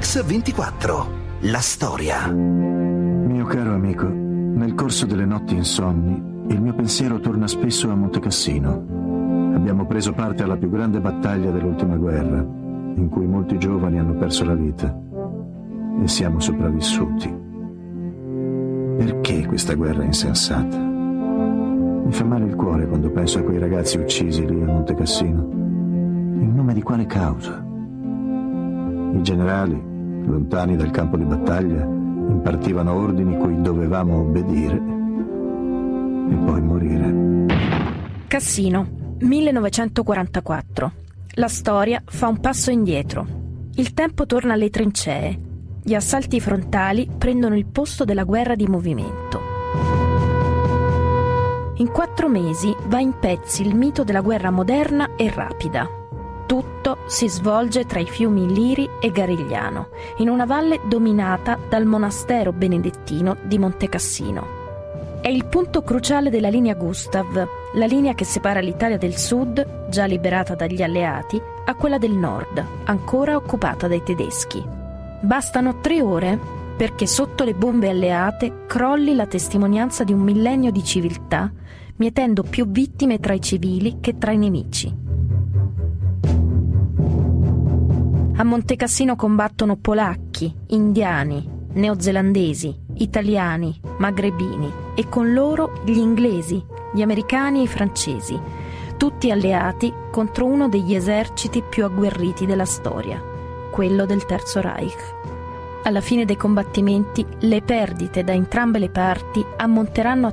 Mix24. La storia. Mio caro amico, nel corso delle notti insonni, il mio pensiero torna spesso a Montecassino. Abbiamo preso parte alla più grande battaglia dell'ultima guerra, in cui molti giovani hanno perso la vita, e siamo sopravvissuti. Perché questa guerra insensata? Mi fa male il cuore quando penso a quei ragazzi uccisi lì a Montecassino. In nome di quale causa? I generali, lontani dal campo di battaglia, impartivano ordini cui dovevamo obbedire e poi morire. Cassino, 1944. La storia fa un passo indietro. Il tempo torna alle trincee. Gli assalti frontali prendono il posto della guerra di movimento. In 4 mesi va in pezzi il mito della guerra moderna e rapida. Tutto si svolge tra i fiumi Liri e Garigliano, in una valle dominata dal monastero benedettino di Montecassino. È il punto cruciale della linea Gustav, la linea che separa l'Italia del Sud, già liberata dagli alleati, a quella del Nord, ancora occupata dai tedeschi. Bastano 3 ore perché sotto le bombe alleate crolli la testimonianza di un millennio di civiltà, mietendo più vittime tra i civili che tra i nemici. A Montecassino combattono polacchi, indiani, neozelandesi, italiani, magrebini e con loro gli inglesi, gli americani e i francesi, tutti alleati contro uno degli eserciti più agguerriti della storia, quello del Terzo Reich. Alla fine dei combattimenti le perdite da entrambe le parti ammonteranno a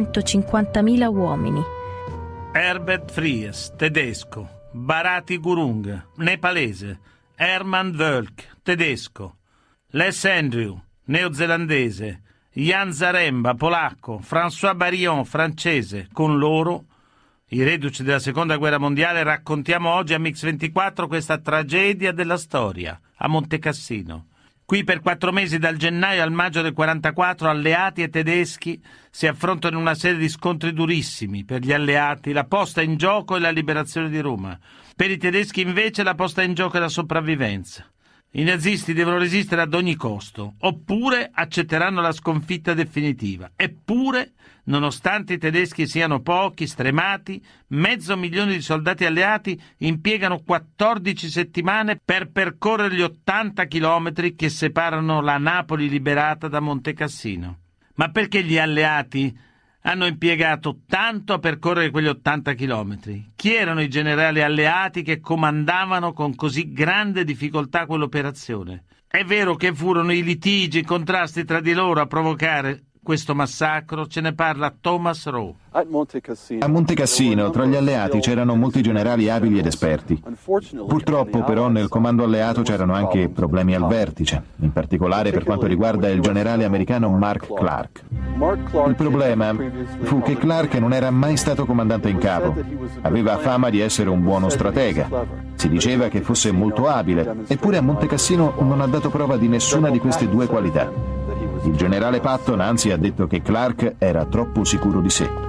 350.000 uomini. Herbert Fries, tedesco. Bharati Gurung, nepalese. Hermann Wölk, tedesco. Les Andrew, neozelandese. Jan Zaremba, polacco. François Barillon, francese. Con loro, i reduci della Seconda Guerra Mondiale, raccontiamo oggi a Mix24 questa tragedia della storia, a Montecassino. Qui per 4 mesi, dal gennaio al maggio del 44, alleati e tedeschi si affrontano in una serie di scontri durissimi. Per gli alleati la posta in gioco è la liberazione di Roma. Per i tedeschi invece la posta in gioco è la sopravvivenza. I nazisti devono resistere ad ogni costo, oppure accetteranno la sconfitta definitiva. Eppure, nonostante i tedeschi siano pochi, stremati, 500.000 di soldati alleati impiegano 14 settimane per percorrere gli 80 chilometri che separano la Napoli liberata da Montecassino. Ma perché gli alleati hanno impiegato tanto a percorrere quegli 80 chilometri? Chi erano i generali alleati che comandavano con così grande difficoltà quell'operazione? È vero che furono i litigi, i contrasti tra di loro a provocare questo massacro? Ce ne parla Thomas Rowe. A Montecassino, tra gli alleati c'erano molti generali abili ed esperti. Purtroppo, però, nel comando alleato c'erano anche problemi al vertice, in particolare per quanto riguarda il generale americano Mark Clark. Il problema fu che Clark non era mai stato comandante in capo. Aveva fama di essere un buono stratega. Si diceva che fosse molto abile, eppure a Montecassino non ha dato prova di nessuna di queste 2 qualità. Il generale Patton anzi ha detto che Clark era troppo sicuro di sé.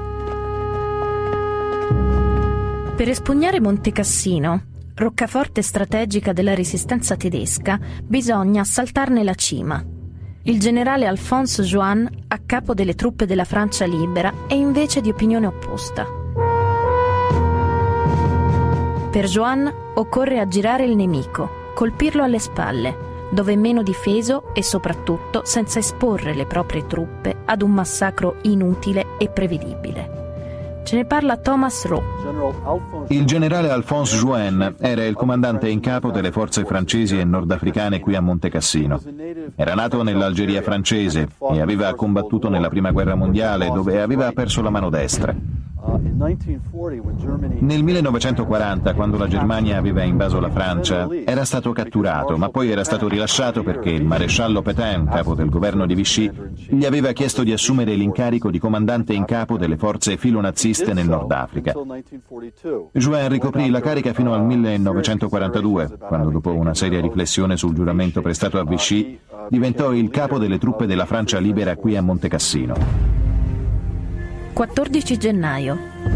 Per espugnare Montecassino, roccaforte strategica della resistenza tedesca, bisogna assaltarne la cima. Il generale Alphonse Juin, a capo delle truppe della Francia libera, è invece di opinione opposta. Per Juin occorre aggirare il nemico, colpirlo alle spalle, dove è meno difeso e soprattutto senza esporre le proprie truppe ad un massacro inutile e prevedibile. Ce ne parla Thomas Rowe. Il generale Alphonse Juin era il comandante in capo delle forze francesi e nordafricane qui a Montecassino. Era nato nell'Algeria francese e aveva combattuto nella Prima Guerra Mondiale, dove aveva perso la mano destra. Nel 1940, quando la Germania aveva invaso la Francia, era stato catturato, ma poi era stato rilasciato perché il maresciallo Pétain, capo del governo di Vichy, gli aveva chiesto di assumere l'incarico di comandante in capo delle forze filonaziste nel Nord Africa. Juin ricoprì la carica fino al 1942, quando, dopo una seria riflessione sul giuramento prestato a Vichy, diventò il capo delle truppe della Francia libera qui a Montecassino. 14 gennaio.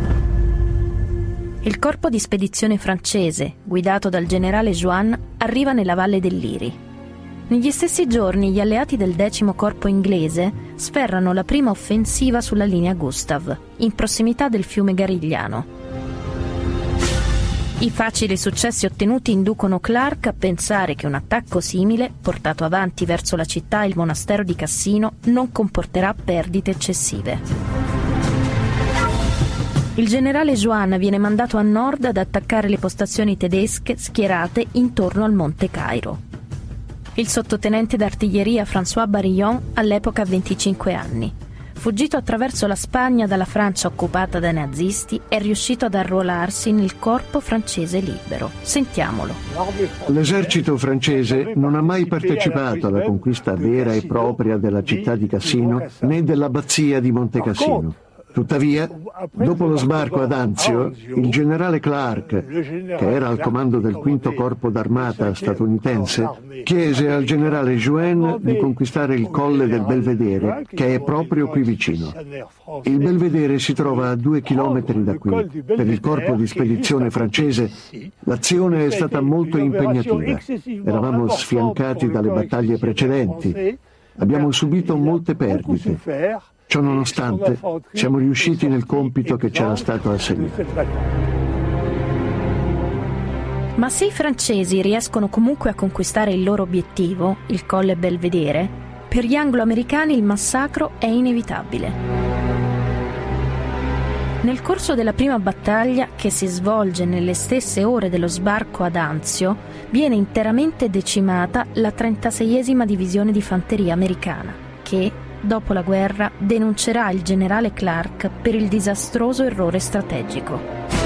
Il corpo di spedizione francese, guidato dal generale Juin, arriva nella valle del Liri. Negli stessi giorni gli alleati del 10° corpo inglese sferrano la prima offensiva sulla linea Gustav, in prossimità del fiume Garigliano. I facili successi ottenuti inducono Clark a pensare che un attacco simile, portato avanti verso la città e il monastero di Cassino, non comporterà perdite eccessive. Il generale Juin viene mandato a nord ad attaccare le postazioni tedesche schierate intorno al Monte Cairo. Il sottotenente d'artiglieria François Barillon all'epoca ha 25 anni. Fuggito attraverso la Spagna dalla Francia occupata dai nazisti, è riuscito ad arruolarsi nel corpo francese libero. Sentiamolo. L'esercito francese non ha mai partecipato alla conquista vera e propria della città di Cassino né dell'abbazia di Monte Cassino. Tuttavia, dopo lo sbarco ad Anzio, il generale Clark, che era al comando del 5° corpo d'armata statunitense, chiese al generale Juin di conquistare il colle del Belvedere, che è proprio qui vicino. Il Belvedere si trova a 2 chilometri da qui. Per il corpo di spedizione francese l'azione è stata molto impegnativa. Eravamo sfiancati dalle battaglie precedenti. Abbiamo subito molte perdite. Ciononostante, siamo riusciti nel compito che ci era stato assegnato. Ma se i francesi riescono comunque a conquistare il loro obiettivo, il colle Belvedere, per gli anglo-americani il massacro è inevitabile. Nel corso della prima battaglia, che si svolge nelle stesse ore dello sbarco ad Anzio, viene interamente decimata la 36esima divisione di fanteria americana, che dopo la guerra denuncerà il generale Clark per il disastroso errore strategico.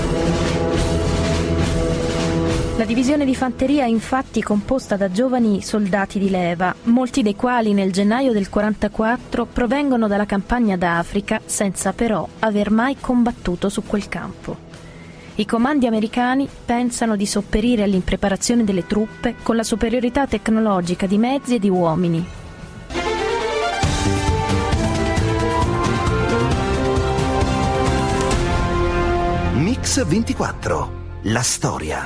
La divisione di fanteria è infatti composta da giovani soldati di leva, molti dei quali nel gennaio del 44 provengono dalla campagna d'Africa senza però aver mai combattuto su quel campo. I comandi americani pensano di sopperire all'impreparazione delle truppe con la superiorità tecnologica di mezzi e di uomini. Mix 24, la storia.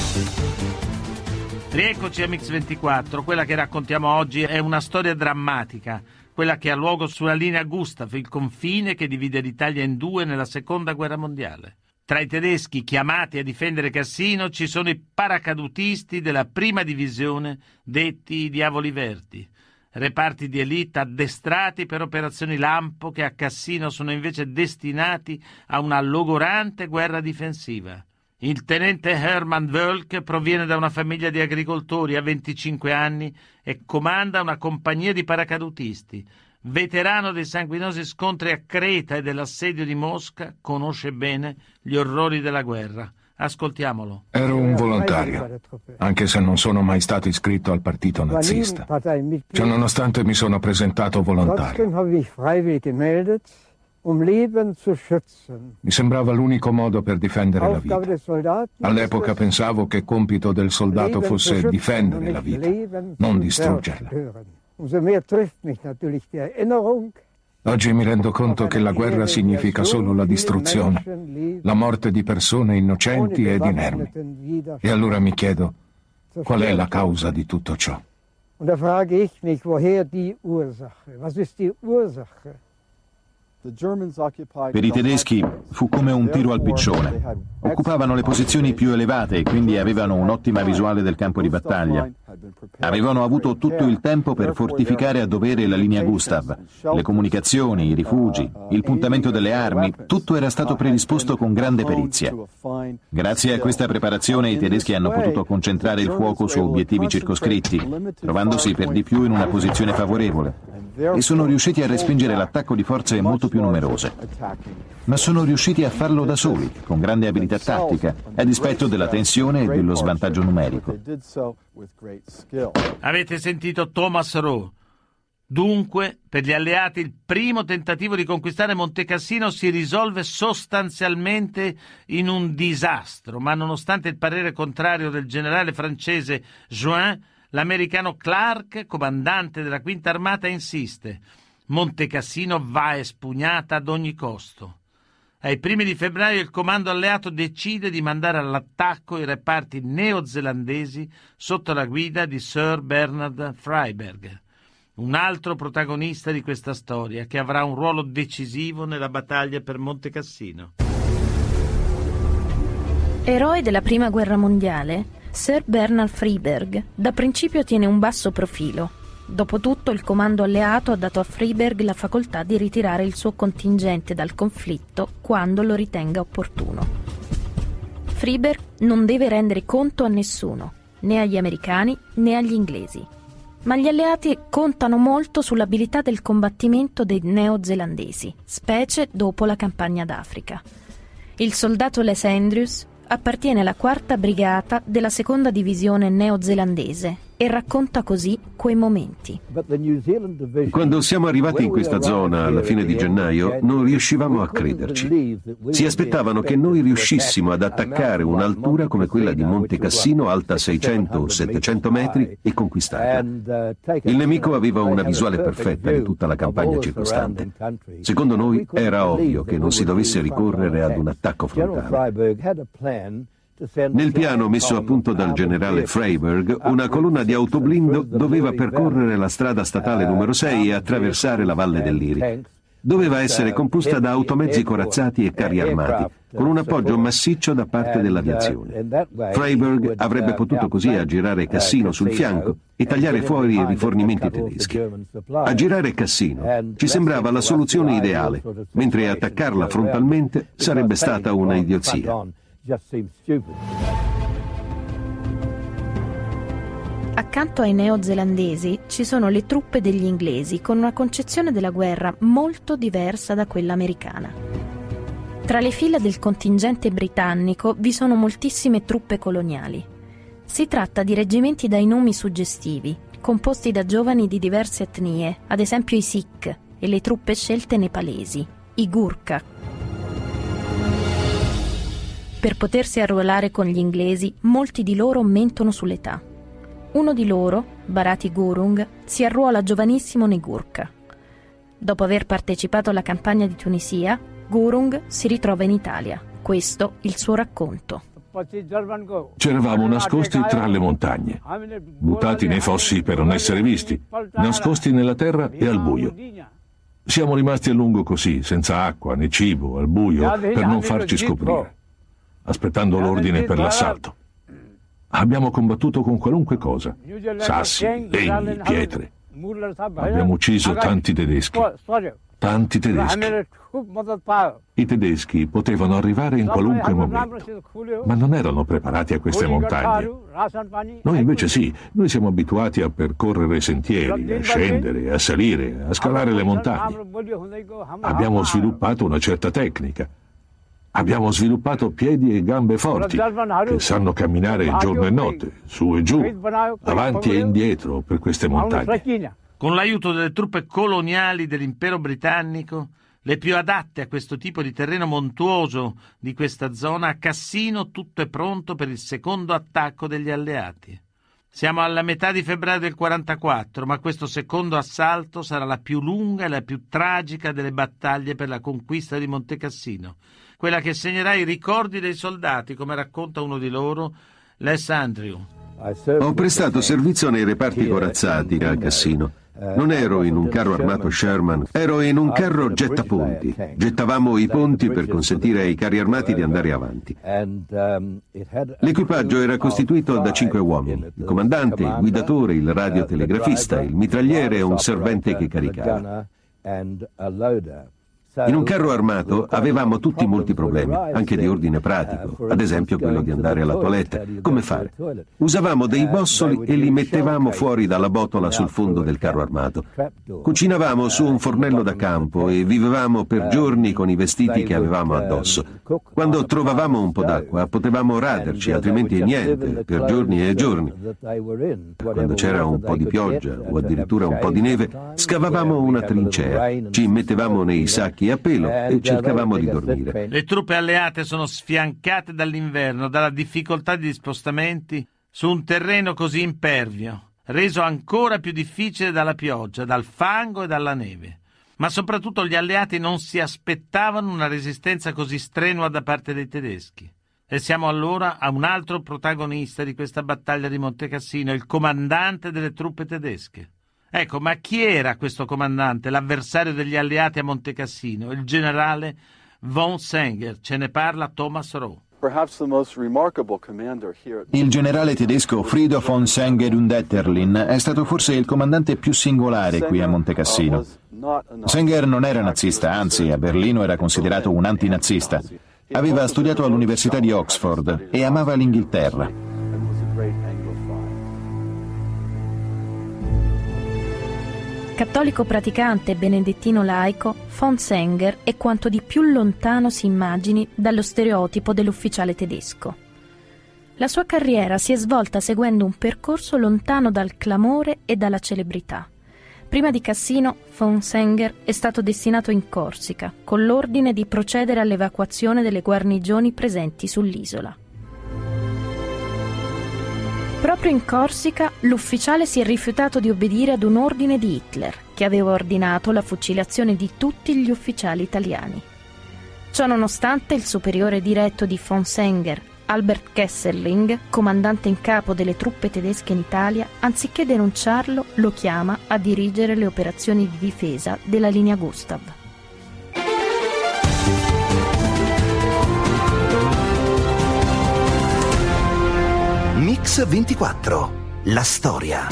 Rieccoci a Mix 24. Quella che raccontiamo oggi è una storia drammatica, quella che ha luogo sulla linea Gustav, il confine che divide l'Italia in due nella Seconda Guerra Mondiale. Tra i tedeschi chiamati a difendere Cassino ci sono i paracadutisti della prima divisione, detti i Diavoli Verdi. Reparti di elite addestrati per operazioni lampo che a Cassino sono invece destinati a una logorante guerra difensiva. Il tenente Hermann Wölk proviene da una famiglia di agricoltori, ha 25 anni e comanda una compagnia di paracadutisti. Veterano dei sanguinosi scontri a Creta e dell'assedio di Mosca, conosce bene gli orrori della guerra. Ascoltiamolo. Ero un volontario, anche se non sono mai stato iscritto al partito nazista. Ciononostante mi sono presentato volontario. Mi sembrava l'unico modo per difendere la vita. All'epoca pensavo che compito del soldato fosse difendere la vita, non distruggerla. Oggi mi rendo conto che la guerra significa solo la distruzione, la morte di persone innocenti ed inermi. E allora mi chiedo, qual è la causa di tutto ciò? Per i tedeschi fu come un tiro al piccione. Occupavano le posizioni più elevate e quindi avevano un'ottima visuale del campo di battaglia. Avevano avuto tutto il tempo per fortificare a dovere la linea Gustav. Le comunicazioni, i rifugi, il puntamento delle armi, tutto era stato predisposto con grande perizia. Grazie a questa preparazione i tedeschi hanno potuto concentrare il fuoco su obiettivi circoscritti, trovandosi per di più in una posizione favorevole. E sono riusciti a respingere l'attacco di forze molto più numerose. Ma sono riusciti a farlo da soli, con grande abilità tattica, a dispetto della tensione e dello svantaggio numerico. Avete sentito Thomas Rowe. Dunque, per gli alleati il primo tentativo di conquistare Monte Cassino si risolve sostanzialmente in un disastro, ma nonostante il parere contrario del generale francese Juin, l'americano Clark, comandante della Quinta Armata, insiste. Monte Cassino va espugnata ad ogni costo. Ai primi di febbraio il comando alleato decide di mandare all'attacco i reparti neozelandesi sotto la guida di Sir Bernard Freyberg, un altro protagonista di questa storia che avrà un ruolo decisivo nella battaglia per Monte Cassino. Eroe della Prima Guerra Mondiale, Sir Bernard Freyberg da principio tiene un basso profilo. Dopotutto il comando alleato ha dato a Freyberg la facoltà di ritirare il suo contingente dal conflitto quando lo ritenga opportuno. Freyberg non deve rendere conto a nessuno, né agli americani né agli inglesi. Ma gli alleati contano molto sull'abilità del combattimento dei neozelandesi, specie dopo la campagna d'Africa. Il soldato Les Andrews appartiene alla 4ª brigata della 2ª divisione neozelandese e racconta così quei momenti. Quando siamo arrivati in questa zona alla fine di gennaio non riuscivamo a crederci. Si aspettavano che noi riuscissimo ad attaccare un'altura come quella di Monte Cassino, alta 600 o 700 metri, e conquistarla. Il nemico aveva una visuale perfetta di tutta la campagna circostante. Secondo noi era ovvio che non si dovesse ricorrere ad un attacco frontale. Nel piano messo a punto dal generale Freyberg, una colonna di autoblindo doveva percorrere la strada statale numero 6 e attraversare la valle dell'Iri. Doveva essere composta da automezzi corazzati e carri armati, con un appoggio massiccio da parte dell'aviazione. Freyberg avrebbe potuto così aggirare Cassino sul fianco e tagliare fuori i rifornimenti tedeschi. Aggirare Cassino ci sembrava la soluzione ideale, mentre attaccarla frontalmente sarebbe stata una idiozia. Accanto ai neozelandesi ci sono le truppe degli inglesi con una concezione della guerra molto diversa da quella americana. Tra le fila del contingente britannico vi sono moltissime truppe coloniali. Si tratta di reggimenti dai nomi suggestivi, composti da giovani di diverse etnie, ad esempio i Sikh e le truppe scelte nepalesi, i Gurkha. Per potersi arruolare con gli inglesi, molti di loro mentono sull'età. Uno di loro, Bharati Gurung, si arruola giovanissimo nei Gurkha. Dopo aver partecipato alla campagna di Tunisia, Gurung si ritrova in Italia. Questo il suo racconto. C'eravamo nascosti tra le montagne, buttati nei fossi per non essere visti, nascosti nella terra e al buio. Siamo rimasti a lungo così, senza acqua né cibo, al buio, per non farci scoprire, aspettando l'ordine per l'assalto. Abbiamo combattuto con qualunque cosa, sassi, legni, pietre. Abbiamo ucciso tanti tedeschi. Tanti tedeschi. I tedeschi potevano arrivare in qualunque momento, ma non erano preparati a queste montagne. Noi invece sì, noi siamo abituati a percorrere sentieri, a scendere, a salire, a scalare le montagne. Abbiamo sviluppato una certa tecnica. Abbiamo sviluppato piedi e gambe forti, che sanno camminare giorno e notte, su e giù, avanti e indietro per queste montagne. Con l'aiuto delle truppe coloniali dell'impero britannico, le più adatte a questo tipo di terreno montuoso di questa zona, a Cassino tutto è pronto per il secondo attacco degli alleati. Siamo alla metà di febbraio del 44, ma questo secondo assalto sarà la più lunga e la più tragica delle battaglie per la conquista di Monte Cassino, quella che segnerà i ricordi dei soldati, come racconta uno di loro, Les Andrew. Ho prestato servizio nei reparti corazzati a Cassino. Non ero in un carro armato Sherman, ero in un carro gettaponti. Gettavamo i ponti per consentire ai carri armati di andare avanti. L'equipaggio era costituito da 5 uomini: il comandante, il guidatore, il radiotelegrafista, il mitragliere e un servente che caricava. In un carro armato avevamo tutti molti problemi, anche di ordine pratico, ad esempio quello di andare alla toilette. Come fare? Usavamo dei bossoli e li mettevamo fuori dalla botola sul fondo del carro armato. Cucinavamo su un fornello da campo e vivevamo per giorni con i vestiti che avevamo addosso. Quando trovavamo un po' d'acqua potevamo raderci, altrimenti niente, per giorni e giorni. Quando c'era un po' di pioggia o addirittura un po' di neve, scavavamo una trincea, ci mettevamo nei sacchi a pelo e cercavamo di dormire. Le truppe alleate sono sfiancate dall'inverno, dalla difficoltà di spostamenti su un terreno così impervio, reso ancora più difficile dalla pioggia, dal fango e dalla neve. Ma soprattutto gli alleati non si aspettavano una resistenza così strenua da parte dei tedeschi. E siamo allora a un altro protagonista di questa battaglia di Monte Cassino, il comandante delle truppe tedesche. Ecco, ma chi era questo comandante, l'avversario degli alleati a Monte Cassino? Il generale von Senger. Ce ne parla Thomas Rowe. Il generale tedesco Friedrich von Senger-Undetterlin è stato forse il comandante più singolare qui a Monte Cassino. Senger non era nazista, anzi a Berlino era considerato un antinazista. Aveva studiato all'Università di Oxford e amava l'Inghilterra. Cattolico praticante e benedettino laico, von Senger è quanto di più lontano si immagini dallo stereotipo dell'ufficiale tedesco. La sua carriera si è svolta seguendo un percorso lontano dal clamore e dalla celebrità. Prima di Cassino, von Senger è stato destinato in Corsica, con l'ordine di procedere all'evacuazione delle guarnigioni presenti sull'isola. Proprio in Corsica l'ufficiale si è rifiutato di obbedire ad un ordine di Hitler, che aveva ordinato la fucilazione di tutti gli ufficiali italiani. Ciò nonostante, il superiore diretto di von Senger, Albert Kesselring, comandante in capo delle truppe tedesche in Italia, anziché denunciarlo, lo chiama a dirigere le operazioni di difesa della linea Gustav. Mix 24, la storia.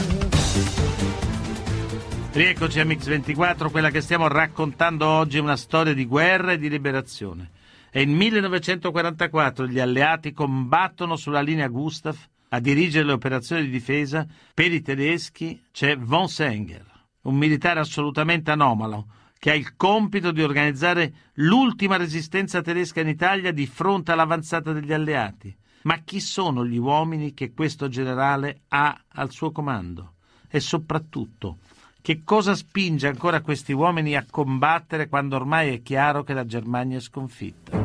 Rieccoci a Mix 24, quella che stiamo raccontando oggi è una storia di guerra e di liberazione. E in 1944 gli alleati combattono sulla linea Gustav. A dirigere le operazioni di difesa per i tedeschi c'è von Senger, un militare assolutamente anomalo, che ha il compito di organizzare l'ultima resistenza tedesca in Italia di fronte all'avanzata degli alleati. Ma chi sono gli uomini che questo generale ha al suo comando? E soprattutto, che cosa spinge ancora questi uomini a combattere quando ormai è chiaro che la Germania è sconfitta?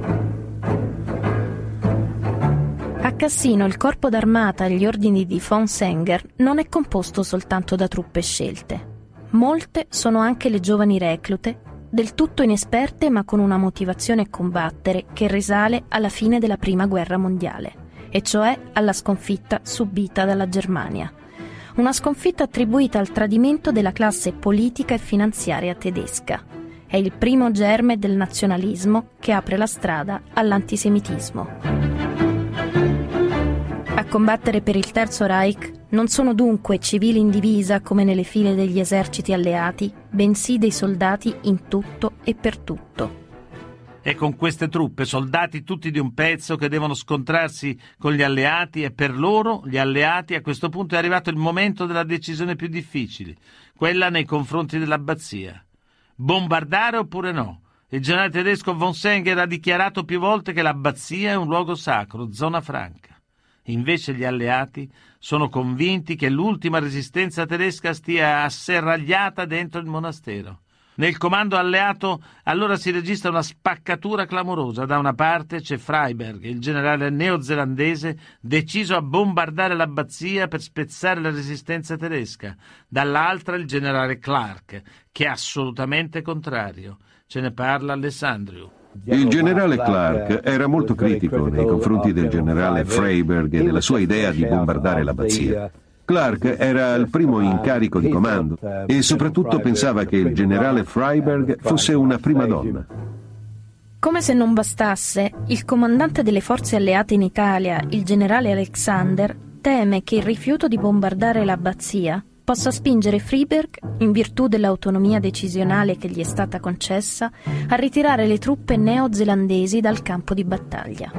A Cassino il corpo d'armata agli ordini di von Senger non è composto soltanto da truppe scelte. Molte sono anche le giovani reclute, del tutto inesperte ma con una motivazione a combattere che risale alla fine della Prima Guerra Mondiale, e cioè alla sconfitta subita dalla Germania. Una sconfitta attribuita al tradimento della classe politica e finanziaria tedesca. È il primo germe del nazionalismo che apre la strada all'antisemitismo. A combattere per il Terzo Reich non sono dunque civili in divisa come nelle file degli eserciti alleati, bensì dei soldati in tutto e per tutto. E con queste truppe, soldati tutti di un pezzo che devono scontrarsi con gli alleati, e per loro, gli alleati, a questo punto è arrivato il momento della decisione più difficile, quella nei confronti dell'abbazia. Bombardare oppure no? Il generale tedesco von Senger ha dichiarato più volte che l'abbazia è un luogo sacro, zona franca. Invece gli alleati sono convinti che l'ultima resistenza tedesca stia asserragliata dentro il monastero. Nel comando alleato allora si registra una spaccatura clamorosa. Da una parte c'è Freyberg, il generale neozelandese deciso a bombardare l'abbazia per spezzare la resistenza tedesca. Dall'altra il generale Clark, che è assolutamente contrario. Ce ne parla Alessandro. Il generale Clark era molto critico nei confronti del generale Freyberg e della sua idea di bombardare l'abbazia. Clark era il primo in carico di comando e soprattutto pensava che il generale Freyberg fosse una prima donna. Come se non bastasse, il comandante delle forze alleate in Italia, il generale Alexander, teme che il rifiuto di bombardare l'abbazia possa spingere Freyberg, in virtù dell'autonomia decisionale che gli è stata concessa, a ritirare le truppe neozelandesi dal campo di battaglia.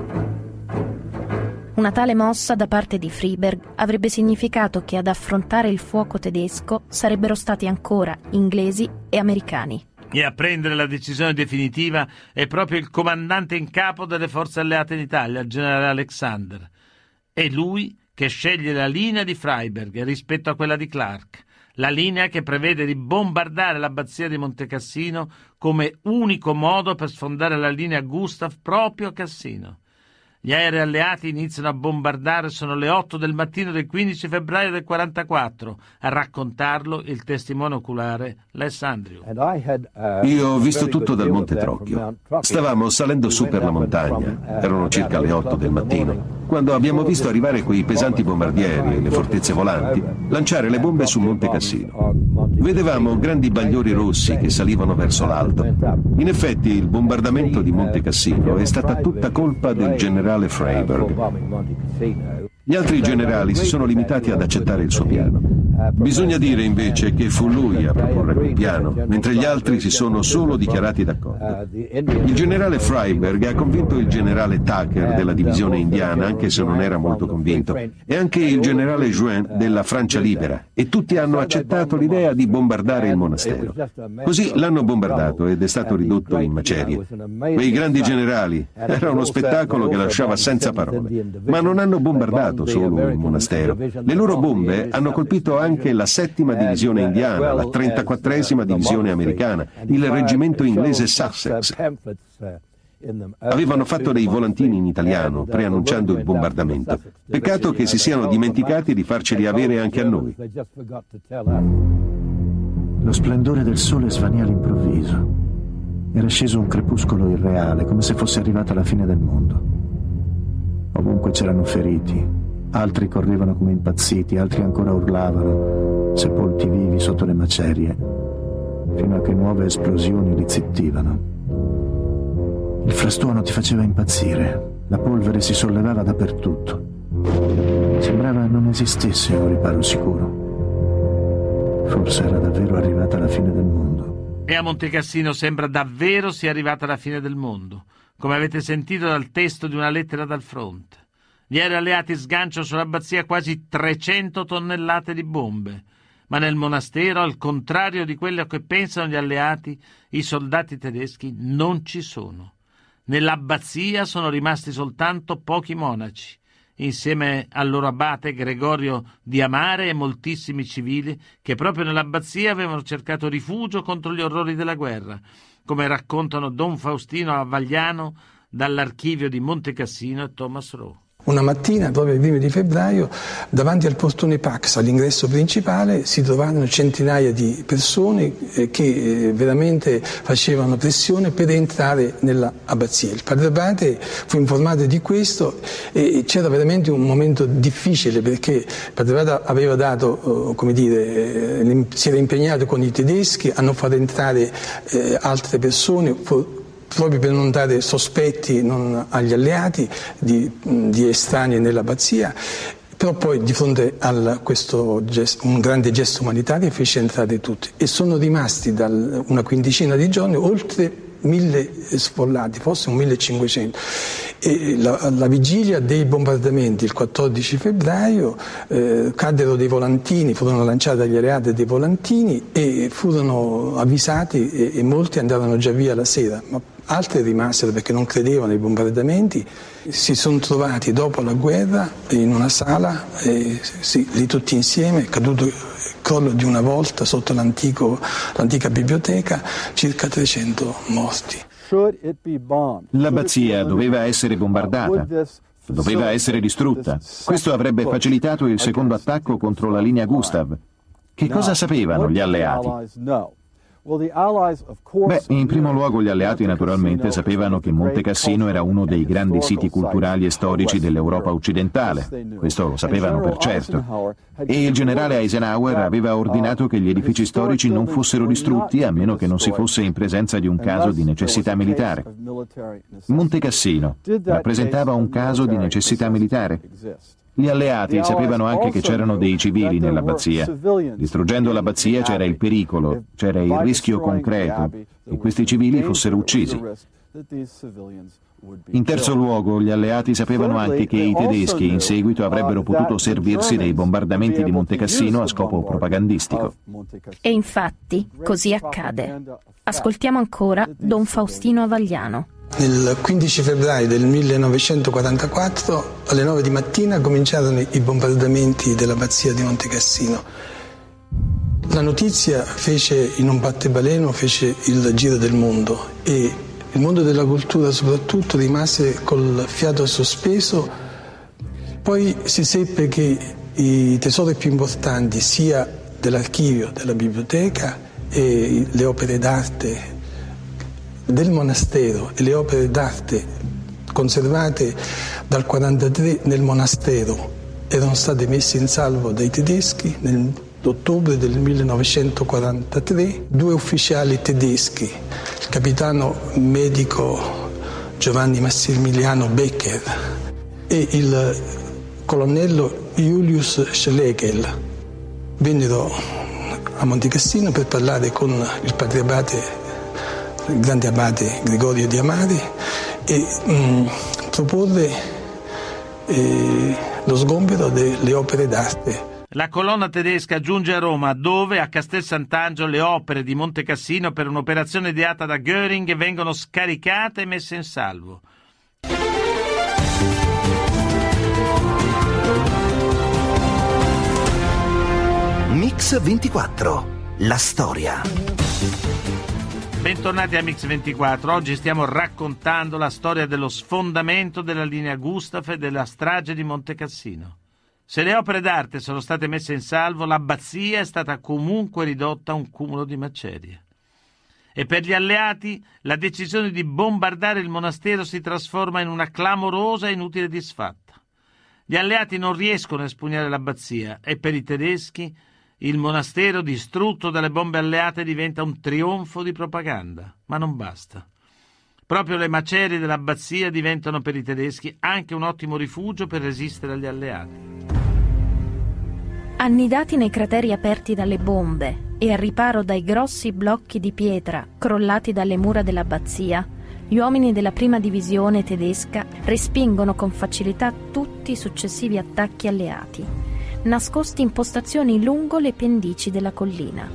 Una tale mossa da parte di Freyberg avrebbe significato che ad affrontare il fuoco tedesco sarebbero stati ancora inglesi e americani. E a prendere la decisione definitiva è proprio il comandante in capo delle forze alleate in Italia, il generale Alexander. È lui che sceglie la linea di Freyberg rispetto a quella di Clark, la linea che prevede di bombardare l'abbazia di Monte Cassino come unico modo per sfondare la linea Gustav proprio a Cassino. Gli aerei alleati iniziano a bombardare, sono le 8 del mattino del 15 febbraio del 44. A raccontarlo il testimone oculare Les Andrew. Io ho visto tutto dal Monte Trocchio. Stavamo salendo su per la montagna, erano circa le 8 del mattino, quando abbiamo visto arrivare quei pesanti bombardieri e le fortezze volanti lanciare le bombe su Monte Cassino. Vedevamo grandi bagliori rossi che salivano verso l'alto. In effetti il bombardamento di Monte Cassino è stata tutta colpa del generale Freyberg. Gli altri generali si sono limitati ad accettare il suo piano. Bisogna dire invece che fu lui a proporre quel piano, mentre gli altri si sono solo dichiarati d'accordo. Il generale Freyberg ha convinto il generale Tucker della divisione indiana, anche se non era molto convinto, e anche il generale Juin della Francia libera, e tutti hanno accettato l'idea di bombardare il monastero. Così l'hanno bombardato ed è stato ridotto in macerie. Quei grandi generali era uno spettacolo che lasciava senza parole, ma non hanno bombardato solo il monastero. Le loro bombe hanno colpito anche la 7ª divisione indiana, la 34ª divisione americana, il reggimento inglese Sussex. Avevano fatto dei volantini in italiano preannunciando il bombardamento. Peccato che si siano dimenticati di farceli avere anche a noi. Lo splendore del sole svanì all'improvviso. Era sceso un crepuscolo irreale, come se fosse arrivata la fine del mondo. Ovunque c'erano feriti. Altri correvano come impazziti, altri ancora urlavano, sepolti vivi sotto le macerie, fino a che nuove esplosioni li zittivano. Il frastuono ti faceva impazzire, la polvere si sollevava dappertutto. Sembrava non esistesse un riparo sicuro. Forse era davvero arrivata la fine del mondo. E a Monte Cassino sembra davvero sia arrivata la fine del mondo, come avete sentito dal testo di una lettera dal fronte. Gli aerei alleati sganciano sull'abbazia quasi 300 tonnellate di bombe, ma nel monastero, al contrario di quello che pensano gli alleati, i soldati tedeschi non ci sono. Nell'abbazia sono rimasti soltanto pochi monaci, insieme al loro abate Gregorio di Amare e moltissimi civili che proprio nell'abbazia avevano cercato rifugio contro gli orrori della guerra, come raccontano Don Faustino Avagliano dall'archivio di Monte Cassino e Thomas Rowe. Una mattina, proprio il 1 di febbraio, davanti al portone Pax, all'ingresso principale, si trovarono centinaia di persone che veramente facevano pressione per entrare nella abbazia. Il padre abate fu informato di questo e c'era veramente un momento difficile perché il padre abate aveva dato, si era impegnato con i tedeschi a non far entrare altre persone, proprio per non dare sospetti agli alleati di estranei nell'abbazia, però poi di fronte a questo gesto, un grande gesto umanitario, fece entrare tutti e sono rimasti una quindicina di giorni oltre 1000 sfollati, forse un 1500. E la vigilia dei bombardamenti, il 14 febbraio, caddero dei volantini, furono lanciati dagli alleati dei volantini e furono avvisati e molti andarono già via la sera, ma altri rimasero perché non credevano ai bombardamenti. Si sono trovati dopo la guerra in una sala, lì tutti insieme, è caduto il crollo di una volta sotto l'antica biblioteca, circa 300 morti. L'abbazia doveva essere bombardata, doveva essere distrutta. Questo avrebbe facilitato il secondo attacco contro la linea Gustav. Che cosa sapevano gli alleati? Beh, in primo luogo gli alleati naturalmente sapevano che Monte Cassino era uno dei grandi siti culturali e storici dell'Europa occidentale, questo lo sapevano per certo, e il generale Eisenhower aveva ordinato che gli edifici storici non fossero distrutti a meno che non si fosse in presenza di un caso di necessità militare. Monte Cassino rappresentava un caso di necessità militare. Gli alleati sapevano anche che c'erano dei civili nell'abbazia. Distruggendo l'abbazia c'era il pericolo, c'era il rischio concreto che questi civili fossero uccisi. In terzo luogo, gli alleati sapevano anche che i tedeschi in seguito avrebbero potuto servirsi dei bombardamenti di Monte Cassino a scopo propagandistico. E infatti così accade. Ascoltiamo ancora Don Faustino Avagliano. Nel 15 febbraio del 1944, alle 9 di mattina, cominciarono i bombardamenti dell'abbazia di Monte Cassino. La notizia in un battebaleno fece il giro del mondo e il mondo della cultura soprattutto rimase col fiato sospeso. Poi si seppe che i tesori più importanti sia dell'archivio, della biblioteca e le opere d'arte del monastero e le opere d'arte conservate dal 1943 nel monastero erano state messe in salvo dai tedeschi nell'ottobre del 1943. 2 ufficiali tedeschi, il capitano medico Giovanni Massimiliano Becker e il colonnello Julius Schlegel, vennero a Montecassino per parlare con il padre abate, il grande abate Gregorio di Amari, e proporre lo sgombero delle opere d'arte. La colonna tedesca giunge a Roma, dove a Castel Sant'Angelo le opere di Montecassino per un'operazione ideata da Göring vengono scaricate e messe in salvo. Mix 24, la storia. Bentornati a Mix 24. Oggi stiamo raccontando la storia dello sfondamento della linea Gustav e della strage di Montecassino. Se le opere d'arte sono state messe in salvo, l'abbazia è stata comunque ridotta a un cumulo di macerie. E per gli alleati la decisione di bombardare il monastero si trasforma in una clamorosa e inutile disfatta. Gli alleati non riescono a espugnare l'abbazia e per i tedeschi il monastero distrutto dalle bombe alleate diventa un trionfo di propaganda, ma non basta. Proprio le macerie dell'abbazia diventano per i tedeschi anche un ottimo rifugio per resistere agli alleati. Annidati nei crateri aperti dalle bombe e al riparo dai grossi blocchi di pietra crollati dalle mura dell'abbazia, gli uomini della prima divisione tedesca respingono con facilità tutti i successivi attacchi alleati, nascosti in postazioni lungo le pendici della collina.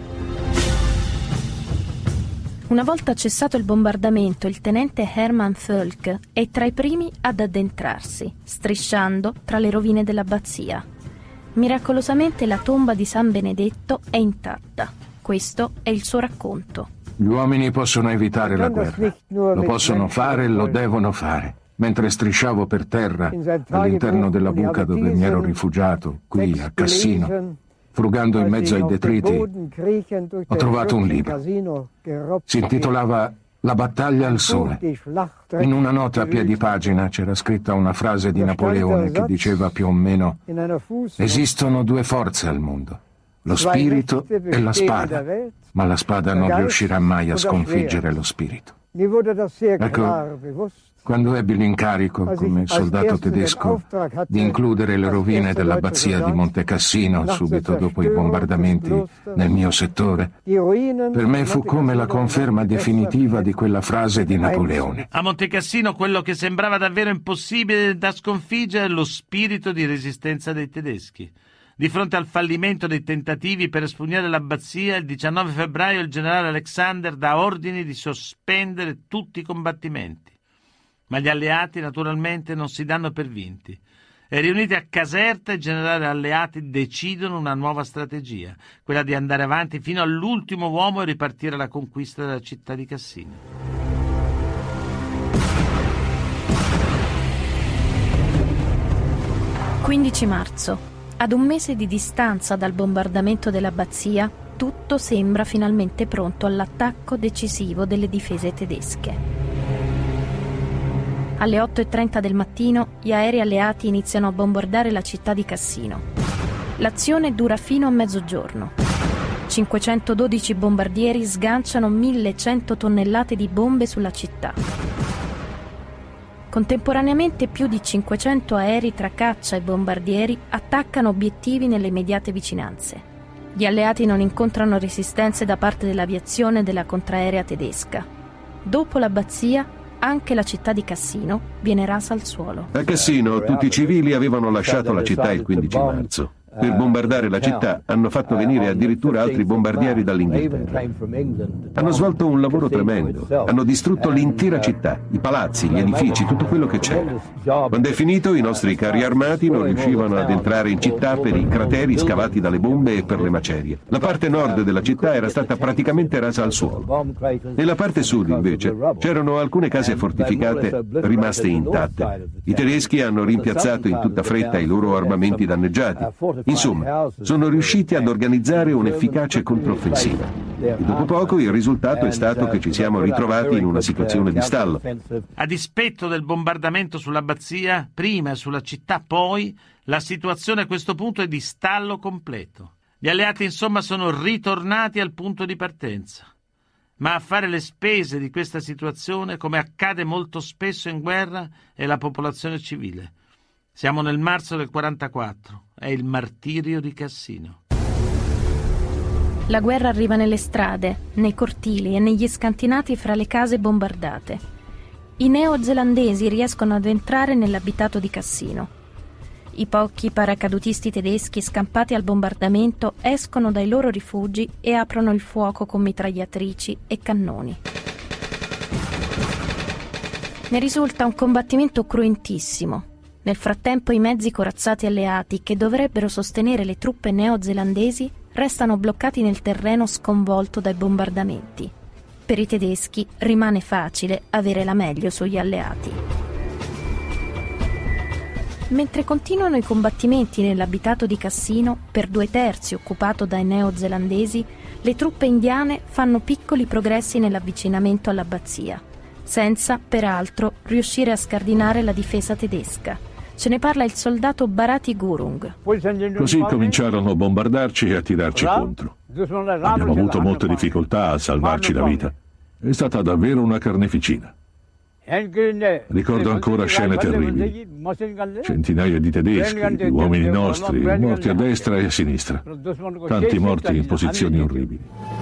Una volta cessato il bombardamento, il tenente Hermann Völk è tra i primi ad addentrarsi, strisciando tra le rovine dell'abbazia. Miracolosamente la tomba di San Benedetto è intatta. Questo è il suo racconto. Gli uomini possono evitare la guerra. Lo possono fare e lo devono fare. Mentre strisciavo per terra all'interno della buca dove mi ero rifugiato, qui a Cassino, frugando in mezzo ai detriti, ho trovato un libro. Si intitolava La battaglia al sole. In una nota a piedi pagina c'era scritta una frase di Napoleone che diceva più o meno: esistono 2 forze al mondo, lo spirito e la spada, ma la spada non riuscirà mai a sconfiggere lo spirito. Ecco, quando ebbi l'incarico, come soldato tedesco, di includere le rovine dell'abbazia di Montecassino subito dopo i bombardamenti nel mio settore, per me fu come la conferma definitiva di quella frase di Napoleone. A Montecassino quello che sembrava davvero impossibile da sconfiggere è lo spirito di resistenza dei tedeschi. Di fronte al fallimento dei tentativi per espugnare l'abbazia, il 19 febbraio il generale Alexander dà ordini di sospendere tutti i combattimenti. Ma gli alleati naturalmente non si danno per vinti. E riuniti a Caserta, i generali alleati decidono una nuova strategia, quella di andare avanti fino all'ultimo uomo e ripartire alla conquista della città di Cassino. – 15 marzo. Ad un mese di distanza dal bombardamento dell'abbazia, tutto sembra finalmente pronto all'attacco decisivo delle difese tedesche. Alle 8:30 del mattino gli aerei alleati iniziano a bombardare la città di Cassino. L'azione dura fino a mezzogiorno. 512 bombardieri sganciano 1100 tonnellate di bombe sulla città. Contemporaneamente più di 500 aerei tra caccia e bombardieri attaccano obiettivi nelle immediate vicinanze. Gli alleati non incontrano resistenze da parte dell'aviazione e della contraerea tedesca. Dopo l'abbazia, anche la città di Cassino viene rasa al suolo. A Cassino tutti i civili avevano lasciato la città il 15 marzo. Per bombardare la città hanno fatto venire addirittura altri bombardieri dall'Inghilterra. Hanno svolto un lavoro tremendo. Hanno distrutto l'intera città, i palazzi, gli edifici, tutto quello che c'era. Quando è finito, i nostri carri armati non riuscivano ad entrare in città per i crateri scavati dalle bombe e per le macerie. La parte nord della città era stata praticamente rasa al suolo. Nella parte sud, invece, c'erano alcune case fortificate rimaste intatte. I tedeschi hanno rimpiazzato in tutta fretta i loro armamenti danneggiati. Insomma, sono riusciti ad organizzare un'efficace controffensiva. E dopo poco il risultato è stato che ci siamo ritrovati in una situazione di stallo. A dispetto del bombardamento sull'abbazia, prima e sulla città poi, la situazione a questo punto è di stallo completo. Gli alleati, insomma, sono ritornati al punto di partenza. Ma a fare le spese di questa situazione, come accade molto spesso in guerra, è la popolazione civile. Siamo nel marzo del 44, è il martirio di Cassino. La guerra arriva nelle strade, nei cortili e negli scantinati fra le case bombardate. I neozelandesi riescono ad entrare nell'abitato di Cassino. I pochi paracadutisti tedeschi scampati al bombardamento escono dai loro rifugi e aprono il fuoco con mitragliatrici e cannoni. Ne risulta un combattimento cruentissimo. Nel frattempo i mezzi corazzati alleati che dovrebbero sostenere le truppe neozelandesi restano bloccati nel terreno sconvolto dai bombardamenti. Per i tedeschi rimane facile avere la meglio sugli alleati. Mentre continuano i combattimenti nell'abitato di Cassino, per 2/3 occupato dai neozelandesi, le truppe indiane fanno piccoli progressi nell'avvicinamento all'abbazia, senza, peraltro, riuscire a scardinare la difesa tedesca. Ce ne parla il soldato Bharati Gurung. Così cominciarono a bombardarci e a tirarci contro. Abbiamo avuto molte difficoltà a salvarci la vita. È stata davvero una carneficina. Ricordo ancora scene terribili. Centinaia di tedeschi, uomini nostri, morti a destra e a sinistra. Tanti morti in posizioni orribili.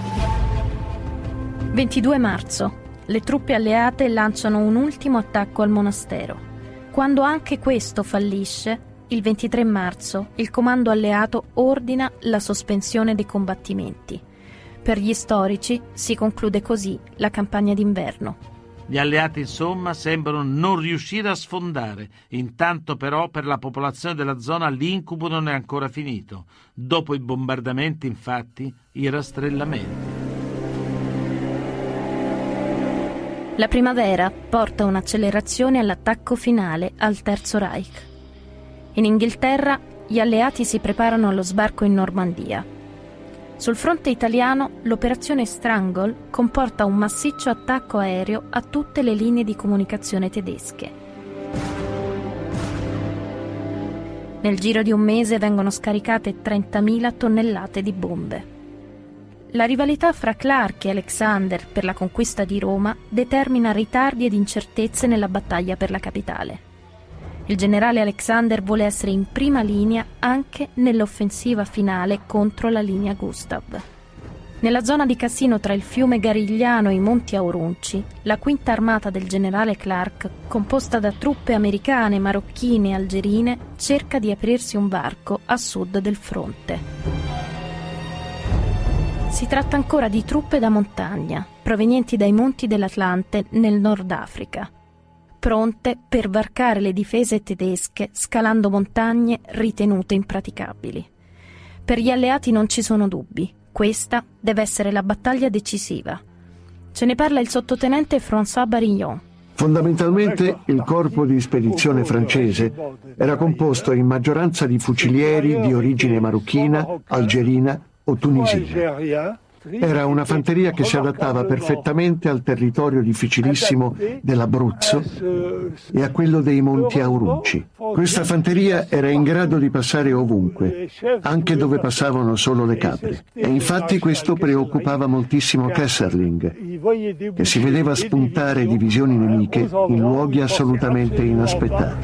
22 marzo. Le truppe alleate lanciano un ultimo attacco al monastero. Quando anche questo fallisce, il 23 marzo il comando alleato ordina la sospensione dei combattimenti. Per gli storici si conclude così la campagna d'inverno. Gli alleati, insomma, sembrano non riuscire a sfondare. Intanto però per la popolazione della zona l'incubo non è ancora finito. Dopo i bombardamenti, infatti, i rastrellamenti. La primavera porta un'accelerazione all'attacco finale al Terzo Reich. In Inghilterra gli alleati si preparano allo sbarco in Normandia. Sul fronte italiano l'operazione Strangle comporta un massiccio attacco aereo a tutte le linee di comunicazione tedesche. Nel giro di un mese vengono scaricate 30.000 tonnellate di bombe. La rivalità fra Clark e Alexander per la conquista di Roma determina ritardi ed incertezze nella battaglia per la capitale. Il generale Alexander vuole essere in prima linea anche nell'offensiva finale contro la linea Gustav. Nella zona di Cassino tra il fiume Garigliano e i Monti Aurunci, la quinta armata del generale Clark, composta da truppe americane, marocchine e algerine, cerca di aprirsi un varco a sud del fronte. Si tratta ancora di truppe da montagna, provenienti dai monti dell'Atlante nel Nord Africa, pronte per varcare le difese tedesche scalando montagne ritenute impraticabili. Per gli alleati non ci sono dubbi, questa deve essere la battaglia decisiva. Ce ne parla il sottotenente François Barillon. Fondamentalmente il corpo di spedizione francese era composto in maggioranza di fucilieri di origine marocchina, algerina o tunisina. Era una fanteria che si adattava perfettamente al territorio difficilissimo dell'Abruzzo e a quello dei Monti Aurunci. Questa fanteria era in grado di passare ovunque, anche dove passavano solo le capre. E infatti questo preoccupava moltissimo Kesselring, che si vedeva spuntare divisioni nemiche in luoghi assolutamente inaspettati.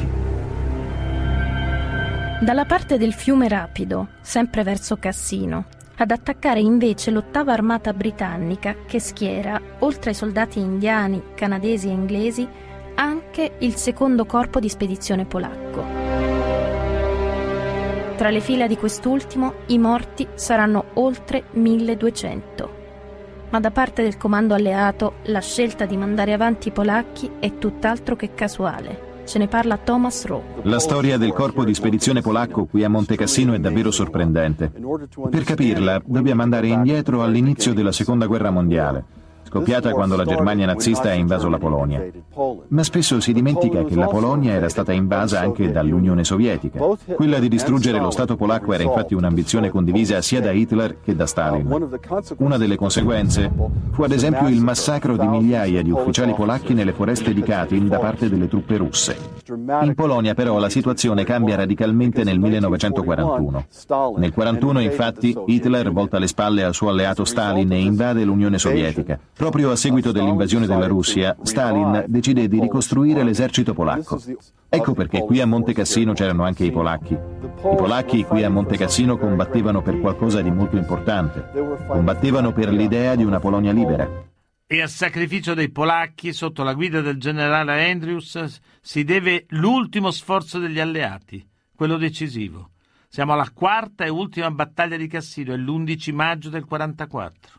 Dalla parte del fiume Rapido, sempre verso Cassino, ad attaccare invece l'8ª armata britannica che schiera, oltre ai soldati indiani, canadesi e inglesi, anche il 2° corpo di spedizione polacco. Tra le fila di quest'ultimo i morti saranno oltre 1200. Ma da parte del comando alleato la scelta di mandare avanti i polacchi è tutt'altro che casuale. Ce ne parla Thomas Rowe. La storia del corpo di spedizione polacco qui a Monte Cassino è davvero sorprendente. Per capirla, dobbiamo andare indietro all'inizio della Seconda Guerra Mondiale, scoppiata quando la Germania nazista ha invaso la Polonia. Ma spesso si dimentica che la Polonia era stata invasa anche dall'Unione Sovietica. Quella di distruggere lo Stato polacco era infatti un'ambizione condivisa sia da Hitler che da Stalin. Una delle conseguenze fu ad esempio il massacro di migliaia di ufficiali polacchi nelle foreste di Katyn da parte delle truppe russe. In Polonia però la situazione cambia radicalmente nel 1941. Nel 1941 infatti Hitler volta le spalle al suo alleato Stalin e invade l'Unione Sovietica. Proprio a seguito dell'invasione della Russia, Stalin decide di ricostruire l'esercito polacco. Ecco perché qui a Monte Cassino c'erano anche i polacchi. I polacchi qui a Monte Cassino combattevano per qualcosa di molto importante. Combattevano per l'idea di una Polonia libera. E al sacrificio dei polacchi, sotto la guida del generale Andrius, si deve l'ultimo sforzo degli alleati, quello decisivo. Siamo alla quarta e ultima battaglia di Cassino, è l'11 maggio del 1944.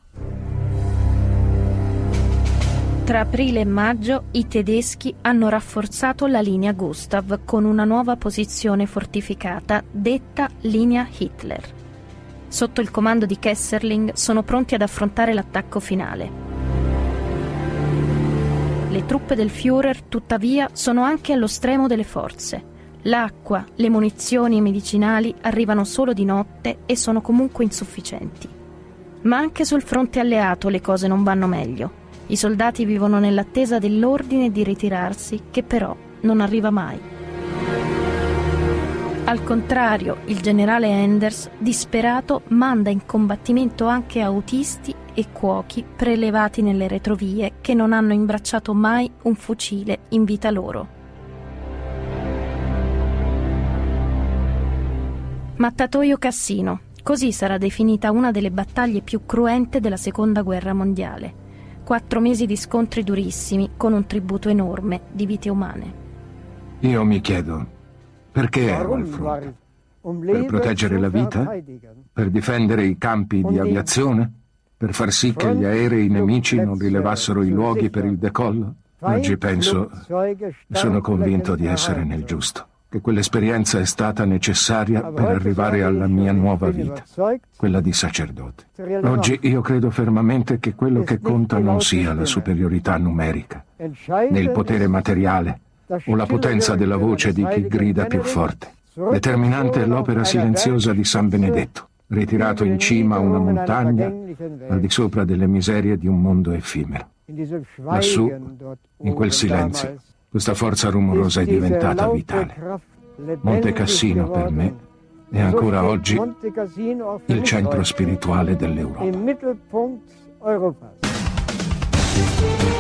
Tra aprile e maggio i tedeschi hanno rafforzato la linea Gustav con una nuova posizione fortificata detta linea Hitler. Sotto il comando di Kesselring sono pronti ad affrontare l'attacco finale. Le truppe del Führer, tuttavia, sono anche allo stremo delle forze. L'acqua, le munizioni e i medicinali arrivano solo di notte e sono comunque insufficienti. Ma anche sul fronte alleato le cose non vanno meglio. I soldati vivono nell'attesa dell'ordine di ritirarsi, che però non arriva mai. Al contrario, il generale Enders, disperato, manda in combattimento anche autisti e cuochi prelevati nelle retrovie che non hanno imbracciato mai un fucile in vita loro. Mattatoio Cassino, così sarà definita una delle battaglie più cruente della Seconda Guerra Mondiale. 4 mesi di scontri durissimi con un tributo enorme di vite umane. Io mi chiedo, perché ero al fronte? Per proteggere la vita? Per difendere i campi di aviazione? Per far sì che gli aerei nemici non rilevassero i luoghi per il decollo? Oggi penso, sono convinto di essere nel giusto, che quell'esperienza è stata necessaria per arrivare alla mia nuova vita, quella di sacerdote. Oggi io credo fermamente che quello che conta non sia la superiorità numerica, né il potere materiale o la potenza della voce di chi grida più forte. Determinante è l'opera silenziosa di San Benedetto, ritirato in cima a una montagna, al di sopra delle miserie di un mondo effimero. Lassù, in quel silenzio, questa forza rumorosa è diventata vitale. Monte Cassino per me è ancora oggi il centro spirituale dell'Europa.